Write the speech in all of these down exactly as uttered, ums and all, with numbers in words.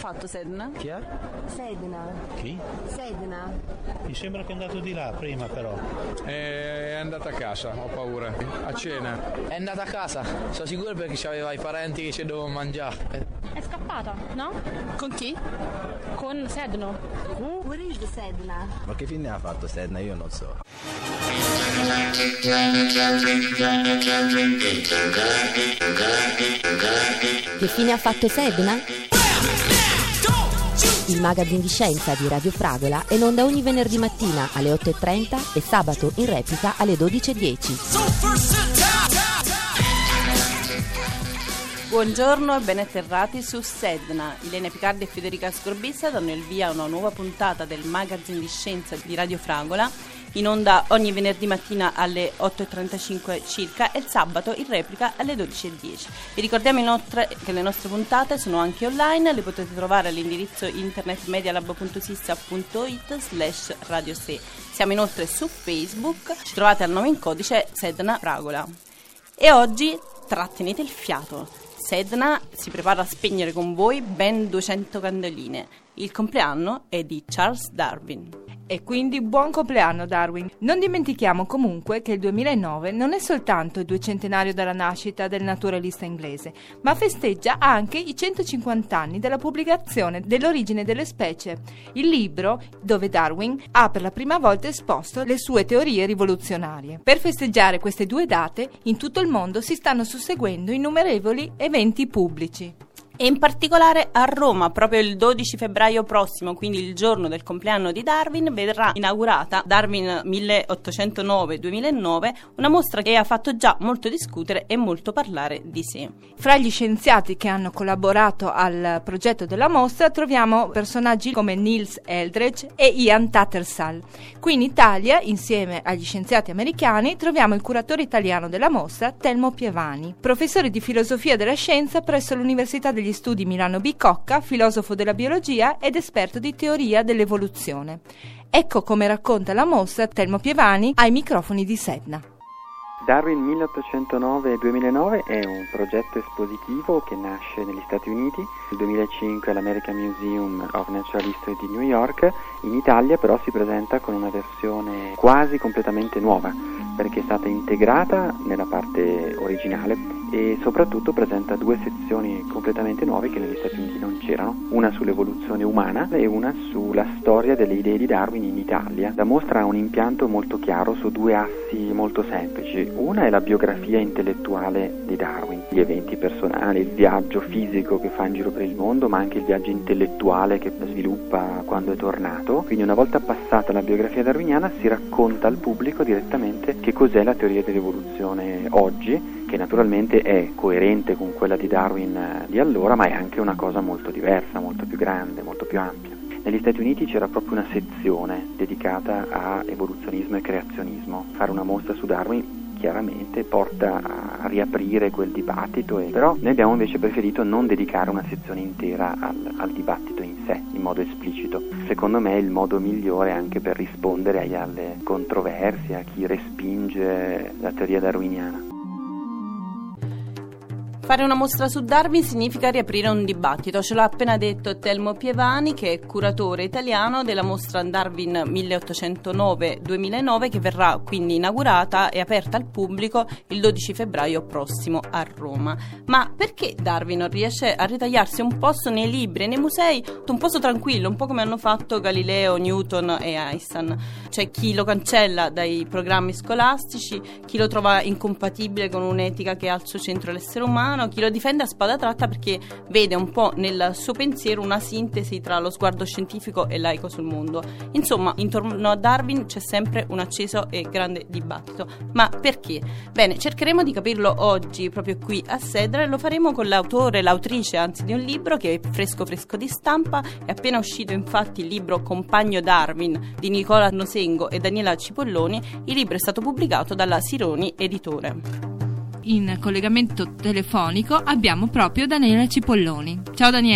fatto Sedna? Chi è? Sedna. Chi? Sedna. Mi sembra che è andato di là prima però. È andata a casa, ho paura. A cena. È andata a casa, sono sicuro perché c'aveva i parenti che ci dovevano mangiare. È scappata, no? Con chi? Con Sedno. Where is the Sedna? Ma che fine ha fatto Sedna? Io non so. Che fine ha fatto Sedna? Il magazine di scienza di Radio Fragola è in onda ogni venerdì mattina alle otto e trenta e sabato in replica alle dodici e dieci. Buongiorno e ben atterrati su Sedna. Ilenia Picardi e Federica Sgorbissa danno il via a una nuova puntata del magazine di scienza di Radio Fragola, in onda ogni venerdì mattina alle otto e trentacinque circa e il sabato in replica alle dodici e dieci. Vi ricordiamo inoltre che le nostre puntate sono anche online, le potete trovare all'indirizzo internet medialab punto sissa punto it slash radio se. Siamo inoltre su Facebook, ci trovate al nome in codice Sedna Fragola. E oggi trattenete il fiato. Sedna si prepara a spegnere con voi ben duecento candeline. Il compleanno è di Charles Darwin. E quindi buon compleanno Darwin. Non dimentichiamo comunque che il duemilanove non è soltanto il duecentenario della nascita del naturalista inglese, ma festeggia anche i centocinquanta anni della pubblicazione dell'Origine delle specie, il libro dove Darwin ha per la prima volta esposto le sue teorie rivoluzionarie. Per festeggiare queste due date, in tutto il mondo si stanno susseguendo innumerevoli eventi pubblici. E in particolare a Roma, proprio il dodici febbraio prossimo, quindi il giorno del compleanno di Darwin, verrà inaugurata Darwin milleottocentonove duemilanove, una mostra che ha fatto già molto discutere e molto parlare di sé. Fra gli scienziati che hanno collaborato al progetto della mostra troviamo personaggi come Niels Eldredge e Ian Tattersall. Qui in Italia, insieme agli scienziati americani, troviamo il curatore italiano della mostra, Telmo Pievani, professore di filosofia della scienza presso l'Università degli Studi Milano Bicocca, filosofo della biologia ed esperto di teoria dell'evoluzione. Ecco come racconta la mostra Telmo Pievani ai microfoni di Sedna. Darwin milleottocentonove duemilanove è un progetto espositivo che nasce negli Stati Uniti, nel duemilacinque all'American Museum of Natural History di New York. In Italia però si presenta con una versione quasi completamente nuova, perché è stata integrata nella parte originale e soprattutto presenta due sezioni completamente nuove che negli Stati Uniti non c'erano, una sull'evoluzione umana e una sulla storia delle idee di Darwin in Italia. La mostra ha un impianto molto chiaro su due assi molto semplici. Una è la biografia intellettuale di Darwin, gli eventi personali, il viaggio fisico che fa in giro per il mondo, ma anche il viaggio intellettuale che sviluppa quando è tornato. Quindi una volta passata la biografia darwiniana si racconta al pubblico direttamente che cos'è la teoria dell'evoluzione oggi, che naturalmente è coerente con quella di Darwin di allora, ma è anche una cosa molto diversa, molto più grande, molto più ampia. Negli Stati Uniti c'era proprio una sezione dedicata a evoluzionismo e creazionismo. Fare una mostra su Darwin chiaramente porta a riaprire quel dibattito, e però noi abbiamo invece preferito non dedicare una sezione intera al, al dibattito in sé, in modo esplicito. Secondo me è il modo migliore anche per rispondere alle controversie, a chi respinge la teoria darwiniana. Fare una mostra su Darwin significa riaprire un dibattito, ce l'ha appena detto Telmo Pievani, che è curatore italiano della mostra Darwin milleottocentonove duemilanove, che verrà quindi inaugurata e aperta al pubblico il dodici febbraio prossimo a Roma. Ma perché Darwin non riesce a ritagliarsi un posto nei libri e nei musei, un posto tranquillo, un po' come hanno fatto Galileo, Newton e Einstein? C'è chi lo cancella dai programmi scolastici, chi lo trova incompatibile con un'etica che ha al suo centro l'essere umano, chi lo difende a spada tratta perché vede un po' nel suo pensiero una sintesi tra lo sguardo scientifico e laico sul mondo. Insomma, intorno a Darwin c'è sempre un acceso e grande dibattito. Ma perché? Bene, cercheremo di capirlo oggi proprio qui a Sedna, e lo faremo con l'autore, l'autrice anzi di un libro che è fresco fresco di stampa. È appena uscito infatti il libro Compagno Darwin di Nicola Nosengo e Daniela Cipolloni. Il libro è stato pubblicato dalla Sironi Editore. In collegamento telefonico abbiamo proprio Daniela Cipolloni. Ciao Daniela.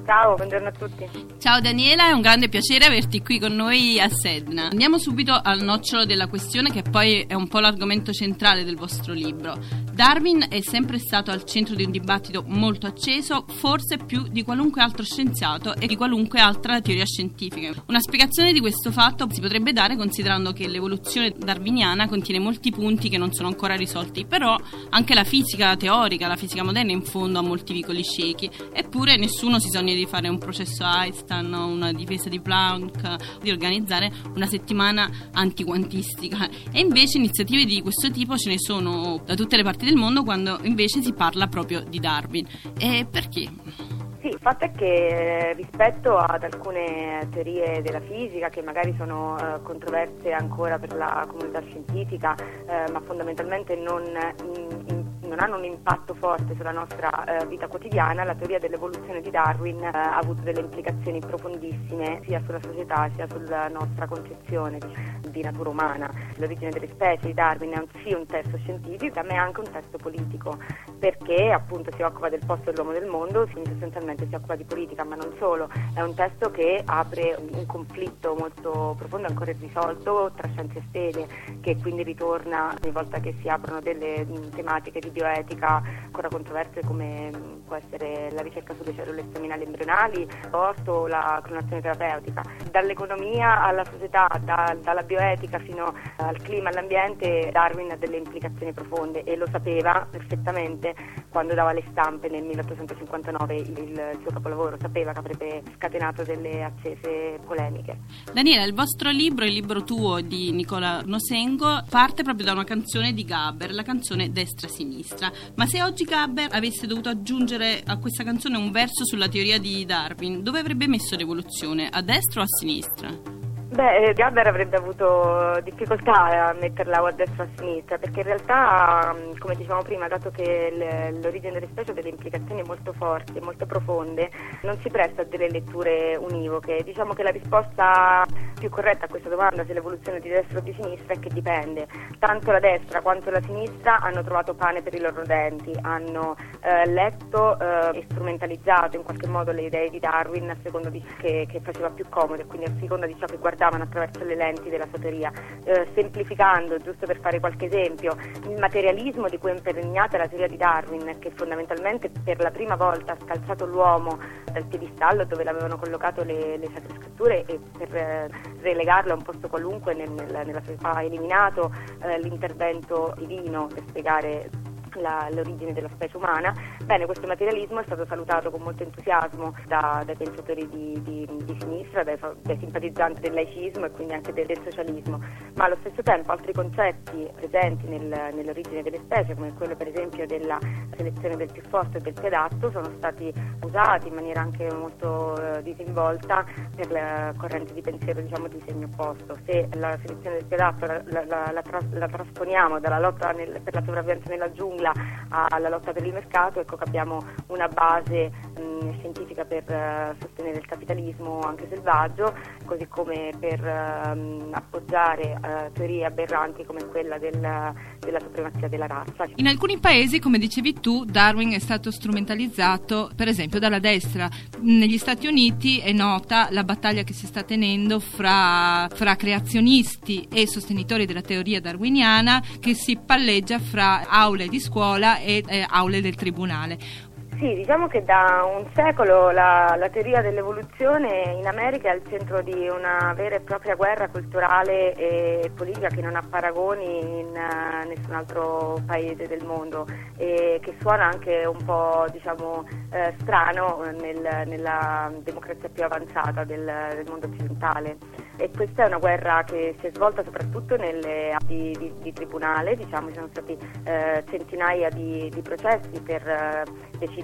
Ciao, buongiorno a tutti. Ciao Daniela, è un grande piacere averti qui con noi a Sedna. Andiamo subito al nocciolo della questione, che poi è un po' l'argomento centrale del vostro libro. Darwin è sempre stato al centro di un dibattito molto acceso, forse più di qualunque altro scienziato e di qualunque altra teoria scientifica. Una spiegazione di questo fatto si potrebbe dare considerando che l'evoluzione darwiniana contiene molti punti che non sono ancora risolti, però anche la fisica teorica, la fisica moderna in fondo ha molti vicoli ciechi, eppure nessuno si sogna di fare un processo Einstein, una difesa di Planck, di organizzare una settimana antiquantistica, e invece iniziative di questo tipo ce ne sono da tutte le parti del mondo, quando invece si parla proprio di Darwin. E perché? Sì, il fatto è che rispetto ad alcune teorie della fisica che magari sono eh, controverse ancora per la comunità scientifica, eh, ma fondamentalmente non, in, in, non hanno un impatto forte sulla nostra eh, vita quotidiana, la teoria dell'evoluzione di Darwin eh, ha avuto delle implicazioni profondissime sia sulla società sia sulla nostra concezione di, di natura umana. L'origine delle specie di Darwin è un, sì un testo scientifico, ma è anche un testo politico, perché appunto si occupa del posto dell'uomo nel mondo, quindi sostanzialmente si occupa di politica, ma non solo. È un testo che apre un conflitto molto profondo, ancora irrisolto, tra scienze e fede, che quindi ritorna ogni volta che si aprono delle tematiche di bioetica ancora controverse, come può essere la ricerca sulle cellule staminali embrionali o la clonazione terapeutica. Dall'economia alla società, da, dalla bioetica fino al clima, all'ambiente, Darwin ha delle implicazioni profonde e lo sapeva perfettamente quando dava le stampe nel milleottocentocinquantanove il, il suo capolavoro, sapeva che avrebbe scatenato delle accese polemiche. Daniela, il vostro libro, il libro tuo di Nicola Nosengo, parte proprio da una canzone di Gaber, la canzone Destra-Sinistra. Ma se oggi Gaber avesse dovuto aggiungere a questa canzone un verso sulla teoria di Darwin, dove avrebbe messo l'evoluzione? A destra o a sinistra? Beh, Gaber avrebbe avuto difficoltà a metterla o a destra o a sinistra, perché in realtà, come dicevamo prima, dato che l'origine delle specie ha delle implicazioni molto forti e molto profonde, non si presta a delle letture univoche. Diciamo che la risposta più corretta a questa domanda, se l'evoluzione è di destra o di sinistra, è che dipende. Tanto la destra quanto la sinistra hanno trovato pane per i loro denti, hanno eh, letto eh, e strumentalizzato in qualche modo le idee di Darwin a seconda di che, che faceva più comodo, e quindi a seconda di ciò che guardavano attraverso le lenti della sua teoria. Eh, semplificando, giusto per fare qualche esempio, il materialismo di cui è imperniata la teoria di Darwin, che fondamentalmente per la prima volta ha scalzato l'uomo dal piedistallo dove l'avevano collocato le, le sacre scritture, e per eh, relegarlo a un posto qualunque nel, nel, nella società ha eliminato eh, l'intervento divino per spiegare La, l'origine della specie umana. Bene, questo materialismo è stato salutato con molto entusiasmo da, dai pensatori di, di, di sinistra, dai, dai simpatizzanti del laicismo e quindi anche del, del socialismo, ma allo stesso tempo altri concetti presenti nel, nell'origine delle specie, come quello per esempio della selezione del più forte e del più adatto, sono stati usati in maniera anche molto eh, disinvolta per la corrente di pensiero, diciamo, di segno opposto. Se la selezione del più adatto la, la, la, la, tras, la trasponiamo dalla lotta nel, per la sopravvivenza nella giungla alla lotta per il mercato, ecco che abbiamo una base mh, scientifica per uh, sostenere il capitalismo anche selvaggio, così come per uh, appoggiare uh, teorie aberranti come quella del, della supremazia della razza. In alcuni paesi, come dicevi tu, Darwin è stato strumentalizzato per esempio dalla destra. Negli Stati Uniti è nota la battaglia che si sta tenendo fra, fra creazionisti e sostenitori della teoria darwiniana, che si palleggia fra aule di scuola e eh, aule del tribunale. Sì, diciamo che da un secolo la, la teoria dell'evoluzione in America è al centro di una vera e propria guerra culturale e politica che non ha paragoni in uh, nessun altro paese del mondo, e che suona anche un po', diciamo, eh, strano nel, nella democrazia più avanzata del, del mondo occidentale. E questa è una guerra che si è svolta soprattutto nelle di, di, di tribunale, diciamo, ci sono stati eh, centinaia di, di processi per eh, decidere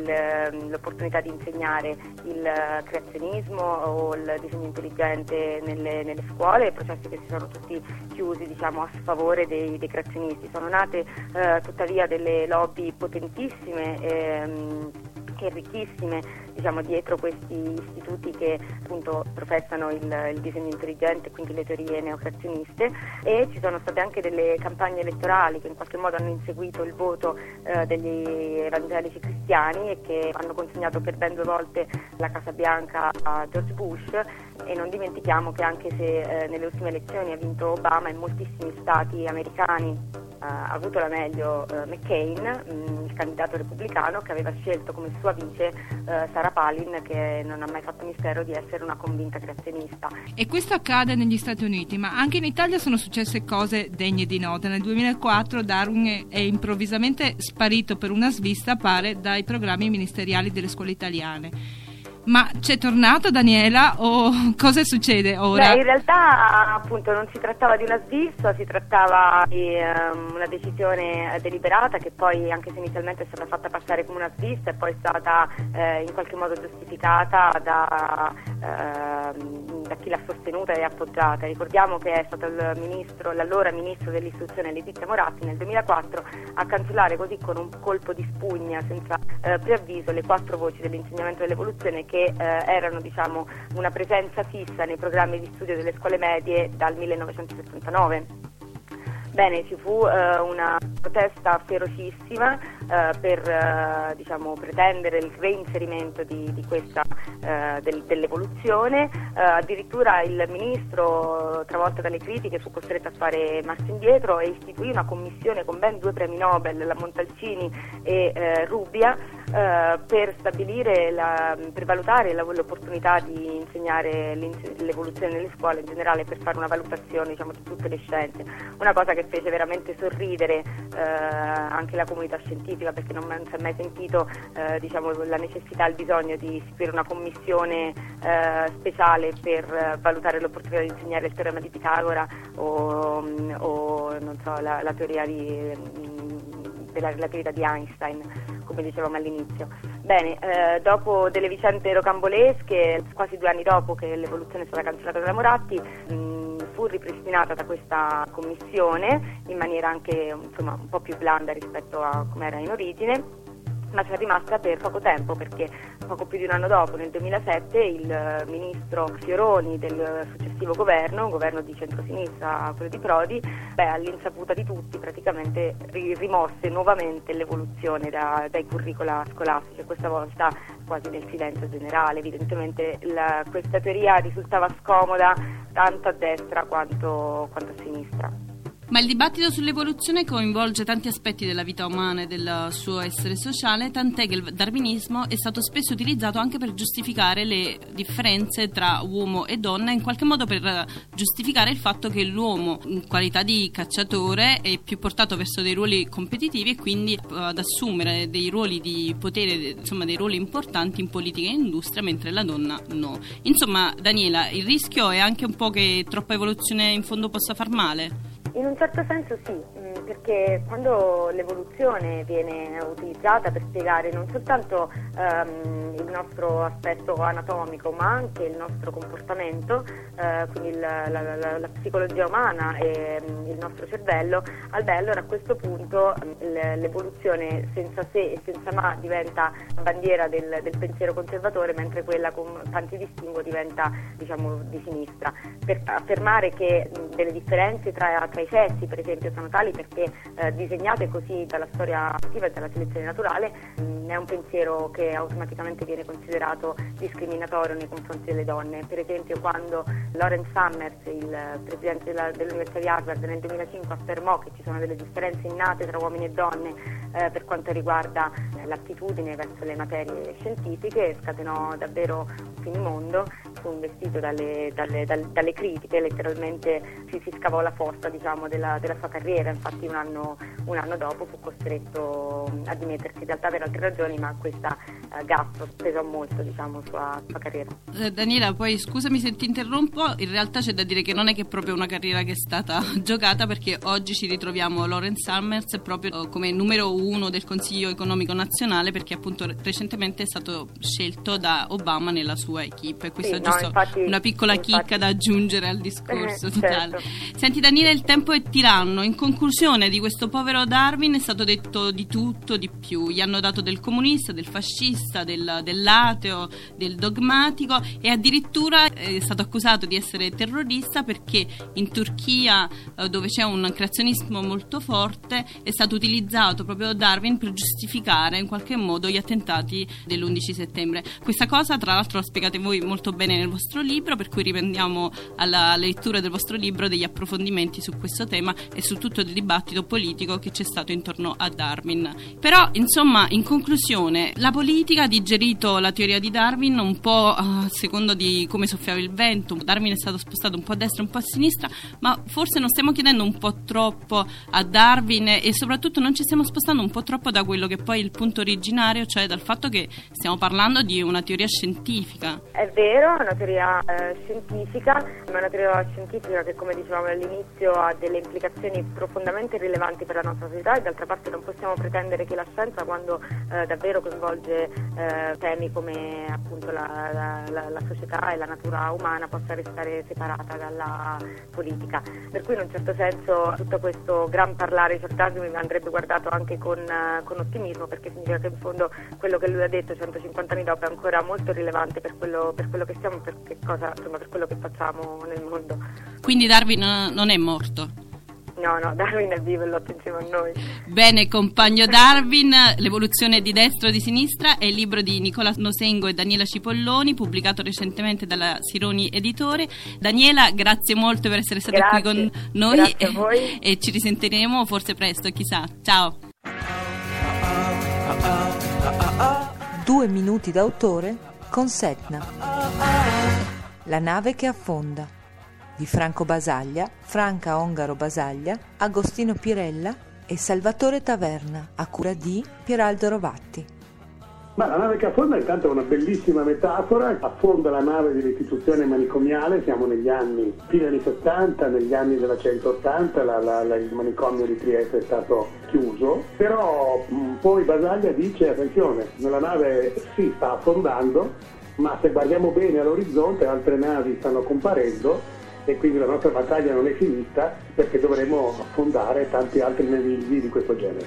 Il, l'opportunità di insegnare il creazionismo o il disegno intelligente nelle, nelle scuole, processi che si sono tutti chiusi, diciamo, a sfavore dei, dei creazionisti. Sono nate eh, tuttavia delle lobby potentissime ehm, e ricchissime, diciamo, dietro questi istituti che appunto professano il, il disegno intelligente, quindi le teorie neocreazioniste, e ci sono state anche delle campagne elettorali che in qualche modo hanno inseguito il voto eh, degli evangelici cristiani e che hanno consegnato per ben due volte la Casa Bianca a George Bush. E non dimentichiamo che anche se eh, nelle ultime elezioni ha vinto Obama, in moltissimi stati americani ha avuto la meglio uh, McCain, mh, il candidato repubblicano, che aveva scelto come sua vice uh, Sarah Palin, che non ha mai fatto mistero di essere una convinta creazionista. E questo accade negli Stati Uniti, ma anche in Italia sono successe cose degne di nota. Nel duemilaquattro Darwin è improvvisamente sparito per una svista, pare, dai programmi ministeriali delle scuole italiane. Ma c'è tornato Daniela o cosa succede ora? Beh, in realtà appunto non si trattava di una svista, si trattava di um, una decisione deliberata che poi, anche se inizialmente è stata fatta passare come una svista, è poi stata eh, in qualche modo giustificata da, eh, da chi l'ha sostenuta e appoggiata. Ricordiamo che è stato il ministro, l'allora ministro dell'istruzione Letizia Moratti nel duemilaquattro a cancellare così con un colpo di spugna, senza eh, preavviso, le quattro voci dell'insegnamento dell'evoluzione che che eh, erano, diciamo, una presenza fissa nei programmi di studio delle scuole medie dal millenovecentosessantanove. Bene, ci fu eh, una protesta ferocissima eh, per eh, diciamo, pretendere il reinserimento di, di questa eh, del, dell'evoluzione. Eh, addirittura il ministro, travolto dalle critiche, fu costretto a fare marcia indietro e istituì una commissione con ben due premi Nobel, la Montalcini e eh, Rubbia, eh, per stabilire, la, per valutare la, l'opportunità di insegnare l'evoluzione nelle scuole in generale, per fare una valutazione, diciamo, di tutte le scienze. Una cosa che fece veramente sorridere eh, anche la comunità scientifica, perché non, non si è mai sentito eh, diciamo, la necessità, il bisogno di istituire una commissione eh, speciale per eh, valutare l'opportunità di insegnare il teorema di Pitagora o, o non so, la, la teoria di, della relatività di Einstein, come dicevamo all'inizio. Bene, eh, dopo delle vicende rocambolesche, quasi due anni dopo che l'evoluzione è stata cancellata da Moratti, mh, fu ripristinata da questa commissione in maniera anche, insomma, un po' più blanda rispetto a come era in origine, ma ci è rimasta per poco tempo, perché poco più di un anno dopo, nel duemilasette, il ministro Fioroni del successivo governo, un governo di centrosinistra, quello di Prodi, beh, all'insaputa di tutti praticamente rimosse nuovamente l'evoluzione da, dai curricula scolastici, questa volta quasi nel silenzio generale. Evidentemente la, questa teoria risultava scomoda tanto a destra quanto, quanto a sinistra. Ma il dibattito sull'evoluzione coinvolge tanti aspetti della vita umana e del suo essere sociale, tant'è che il darwinismo è stato spesso utilizzato anche per giustificare le differenze tra uomo e donna, in qualche modo per giustificare il fatto che l'uomo, in qualità di cacciatore, è più portato verso dei ruoli competitivi e quindi ad assumere dei ruoli di potere, insomma dei ruoli importanti in politica e industria, mentre la donna no. Insomma, Daniela, il rischio è anche un po' che troppa evoluzione in fondo possa far male? In un certo senso sì, perché quando l'evoluzione viene utilizzata per spiegare non soltanto um, il nostro aspetto anatomico, ma anche il nostro comportamento, uh, quindi il, la, la, la psicologia umana e um, il nostro cervello, al beh, allora a questo punto um, l'evoluzione senza se e senza ma diventa bandiera del, del pensiero conservatore, mentre quella con tanti distinguo diventa, diciamo, di sinistra. Per affermare che um, delle differenze tra, tra i sessi, per esempio, sono tali perché eh, disegnate così dalla storia attiva e dalla selezione naturale, mh, è un pensiero che automaticamente viene considerato discriminatorio nei confronti delle donne. Per esempio, quando Lawrence Summers, il presidente della, dell'Università di Harvard, nel duemilacinque affermò che ci sono delle differenze innate tra uomini e donne eh, per quanto riguarda eh, l'attitudine verso le materie scientifiche, scatenò davvero un finimondo, fu investito dalle, dalle, dalle, dalle critiche, letteralmente si, si scavò la fossa, diciamo, della, della sua carriera. Infatti un anno, un anno dopo fu costretto a dimettersi, in realtà per altre ragioni, ma questa uh, gap pesò molto, diciamo, sulla sua carriera. Eh, Daniela, poi scusami se ti interrompo, in realtà c'è da dire che non è che è proprio una carriera che è stata giocata, perché oggi ci ritroviamo Lawrence Summers proprio come numero uno del Consiglio Economico Nazionale, perché appunto recentemente è stato scelto da Obama nella sua equipe. Questa sì, no, giusto, infatti, una piccola infatti. chicca da aggiungere al discorso Eh, totale. certo. Senti Daniele, il tempo è tiranno. In conclusione di questo povero Darwin è stato detto di tutto, di più. Gli hanno dato del comunista, del fascista, del, dell'ateo, del dogmatico, e addirittura è stato accusato di essere terrorista perché in Turchia, eh, dove c'è un creazionismo molto forte, è stato utilizzato proprio Darwin per giustificare in qualche modo gli attentati dell'undici settembre. Questa cosa tra l'altro la spiegate voi molto bene nel vostro libro, per cui riprendiamo alla lettura del vostro libro degli approfondimenti su questo tema e su tutto il dibattito politico che c'è stato intorno a Darwin. Però insomma, in conclusione, la politica ha digerito la teoria di Darwin un po' a secondo di come soffiava il vento. Darwin è stato spostato un po' a destra, un po' a sinistra, ma forse non stiamo chiedendo un po' troppo a Darwin e soprattutto non ci stiamo spostando un po' troppo da quello che poi è il punto originario, cioè dal fatto che stiamo parlando di una teoria scientifica. È vero, è una teoria eh, scientifica, ma è una teoria scientifica che, come dicevamo all'inizio, ha delle implicazioni profondamente rilevanti per la nostra società, e d'altra parte non possiamo pretendere che la scienza, quando eh, davvero coinvolge eh, temi come appunto la, la, la, la società e la natura umana, possa restare separata dalla politica. Per cui in un certo senso tutto questo gran parlare di Darwin andrebbe guardato anche con, uh, con ottimismo, perché significa che in fondo quello che lui ha detto centocinquanta anni dopo è ancora molto rilevante per quello, per quello che siamo, per che cosa, insomma, per quello che facciamo nel mondo. Quindi Darwin non è morto? No, no, Darwin è vivo e lotta insieme a noi. Bene, compagno Darwin, l'evoluzione di destra o di sinistra è il libro di Nicola Nosengo e Daniela Cipolloni, pubblicato recentemente dalla Sironi Editore. Daniela, grazie molto per essere stata grazie. qui con noi. Grazie a voi. E ci risentiremo forse presto, chissà. Ciao. Due minuti d'autore con Sedna. La nave che affonda di Franco Basaglia, Franca Ongaro Basaglia, Agostino Pirella e Salvatore Taverna, a cura di Pieraldo Rovatti. Ma la nave che affonda intanto è una bellissima metafora. Affonda la nave dell'istituzione manicomiale, siamo negli anni, fine anni settanta, negli anni della centottanta, la, la, la, il manicomio di Trieste è stato chiuso, però mh, poi Basaglia dice, attenzione, la nave si sta affondando, ma se guardiamo bene all'orizzonte altre navi stanno comparendo, e quindi la nostra battaglia non è finita, perché dovremo affondare tanti altri navigli di questo genere.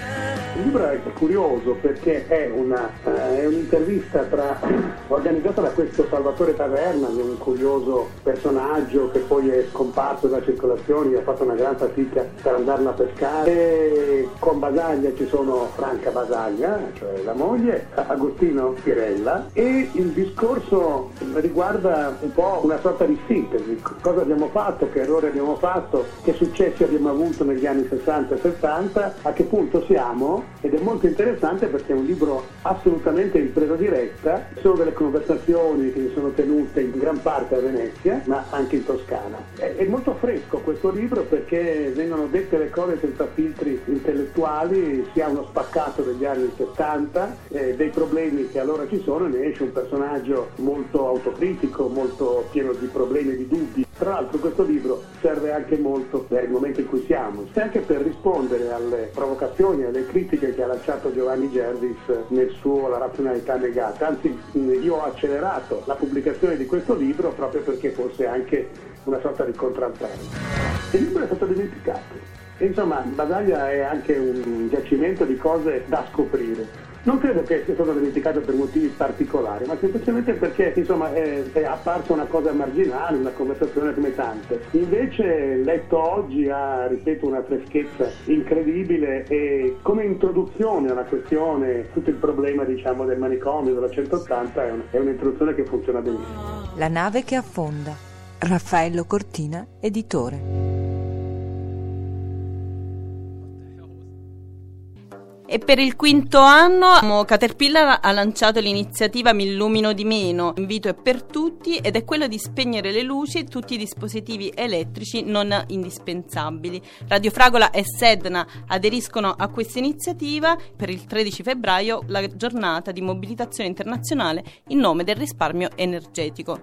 Il libro è curioso perché è, una, eh, è un'intervista tra, organizzata da questo Salvatore Taverna, che è un curioso personaggio che poi è scomparso da circolazioni, ha fatto una gran fatica per andarla a pescare, e con Basaglia ci sono Franca Basaglia, cioè la moglie, Agostino Pirella, e il discorso riguarda un po' una sorta di sintesi. Cosa abbiamo fatto, che errori abbiamo fatto, che successi abbiamo avuto negli anni sessanta e settanta, a che punto siamo, ed è molto interessante perché è un libro assolutamente in presa diretta, sono delle conversazioni che si sono tenute in gran parte a Venezia, ma anche in Toscana. È, è molto fresco questo libro perché vengono dette le cose senza filtri intellettuali, si ha uno spaccato degli anni settanta, eh, dei problemi che allora ci sono, e ne esce un personaggio molto autocritico, molto pieno di problemi e di dubbi. Tra l'altro questo libro serve anche molto per il momento in cui siamo, anche per rispondere alle provocazioni, alle critiche che ha lanciato Giovanni Gervis nel suo La razionalità negata. Anzi, io ho accelerato la pubblicazione di questo libro proprio perché fosse anche una sorta di contraltare. Il libro è stato dimenticato. E insomma, Basaglia è anche un giacimento di cose da scoprire. Non credo che sia stato dimenticato per motivi particolari, ma semplicemente perché insomma è, è apparsa una cosa marginale, una conversazione come tante. Invece letto oggi ha, ripeto, una freschezza incredibile, e come introduzione alla questione, tutto il problema diciamo del manicomio della centottanta è, un, è un'introduzione che funziona benissimo. La nave che affonda. Raffaello Cortina, editore. E per il quinto anno Caterpillar ha lanciato l'iniziativa Mi illumino di meno. L'invito è per tutti ed è quello di spegnere le luci e tutti i dispositivi elettrici non indispensabili. Radio Fragola e Sedna aderiscono a questa iniziativa per il tredici febbraio, la giornata di mobilitazione internazionale in nome del risparmio energetico.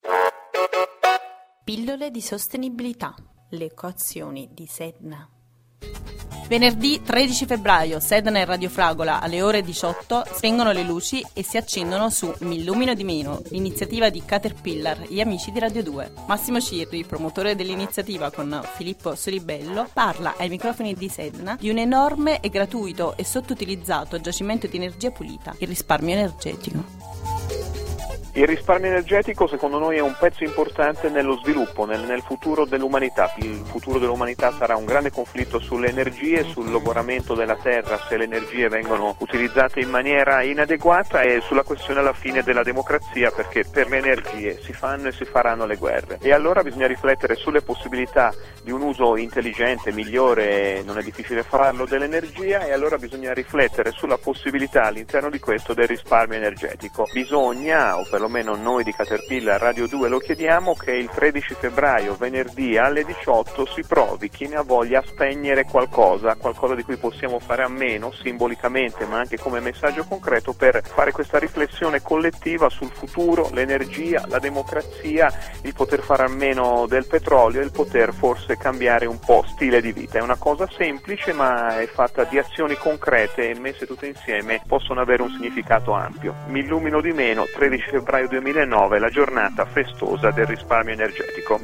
Pillole di sostenibilità, le equazioni di Sedna. Venerdì tredici febbraio, Sedna e Radio Fragola, alle ore diciotto, spengono le luci e si accendono su Mi illumino di meno, l'iniziativa di Caterpillar, gli amici di Radio due. Massimo Cirri, promotore dell'iniziativa con Filippo Solibello, parla ai microfoni di Sedna di un enorme e gratuito e sottoutilizzato giacimento di energia pulita, il risparmio energetico. Il risparmio energetico secondo noi è un pezzo importante nello sviluppo, nel, nel futuro dell'umanità. Il futuro dell'umanità sarà un grande conflitto sulle energie, sul logoramento della terra, se le energie vengono utilizzate in maniera inadeguata, e sulla questione alla fine della democrazia, perché per le energie si fanno e si faranno le guerre. E allora bisogna riflettere sulle possibilità di un uso intelligente, migliore, non è difficile farlo, dell'energia, e allora bisogna riflettere sulla possibilità all'interno di questo del risparmio energetico. Bisogna, o per almeno noi di Caterpillar Radio due lo chiediamo, che il tredici febbraio, venerdì alle diciotto, si provi, chi ne ha voglia, a spegnere qualcosa, qualcosa di cui possiamo fare a meno, simbolicamente ma anche come messaggio concreto, per fare questa riflessione collettiva sul futuro, l'energia, la democrazia, il poter fare a meno del petrolio e il poter forse cambiare un po' stile di vita. È una cosa semplice ma è fatta di azioni concrete e messe tutte insieme possono avere un significato ampio. Mi illumino di meno, tredici febbraio duemilanove, la giornata festosa del risparmio energetico.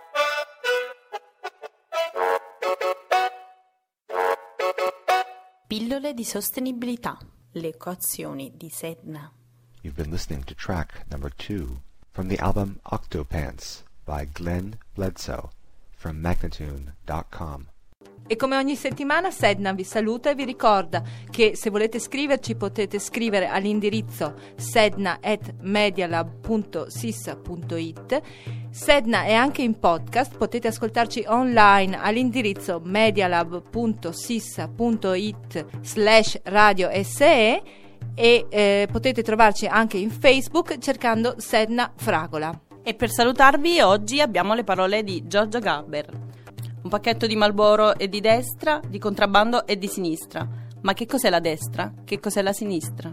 Pillole di sostenibilità, le equazioni di Sedna. You've been listening to track number two from the album Octopants by Glenn Bledsoe from magnatune dot com. E come ogni settimana Sedna vi saluta e vi ricorda che se volete scriverci potete scrivere all'indirizzo sedna at medialab punto sissa punto it. Sedna è anche in podcast, potete ascoltarci online all'indirizzo medialab punto sissa punto it slash radio se e eh, potete trovarci anche in Facebook cercando Sedna Fragola. E per salutarvi oggi abbiamo le parole di Giorgio Gaber. Un pacchetto di Marlboro è di destra, di contrabbando è di sinistra. Ma che cos'è la destra? Che cos'è la sinistra?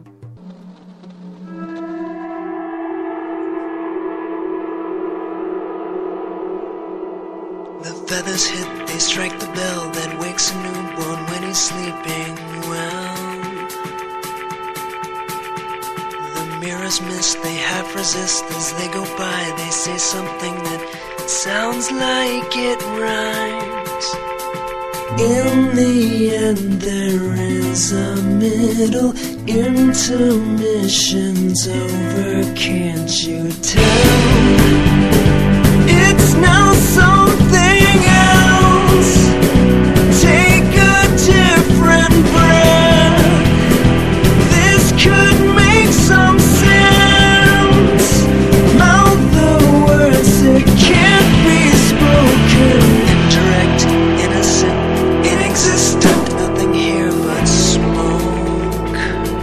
The feathers hit, they strike the bell that wakes a newborn when he's sleeping well. The mirrors miss, they half resist as they go by. They say something that sounds like it rhymes. In the end there is a middle, intermission's over, can't you tell? It's now something else. Take a different breath. This could make some sense. Mouth the words that can't be spoken. Indirect, innocent, inexistent. Nothing here but smoke.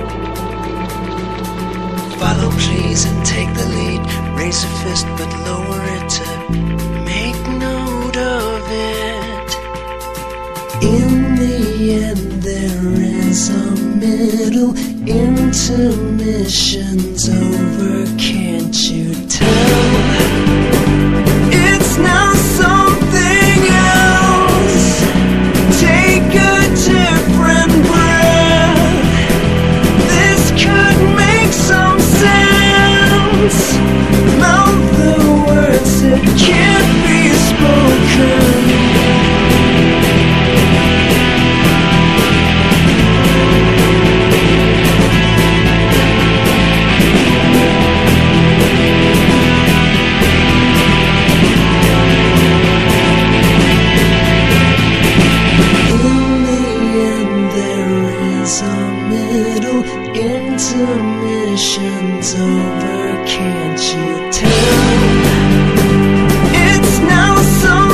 Follow please and take the lead. Raise a fist but lower it to make note of it. In the end there is a middle, intermission's over, can't you tell? It's now something else. Take a different breath. This could make some sense. Mouth the words that can't be spoken. In the end there is a middle, intermission's over, can't you tell? It's now so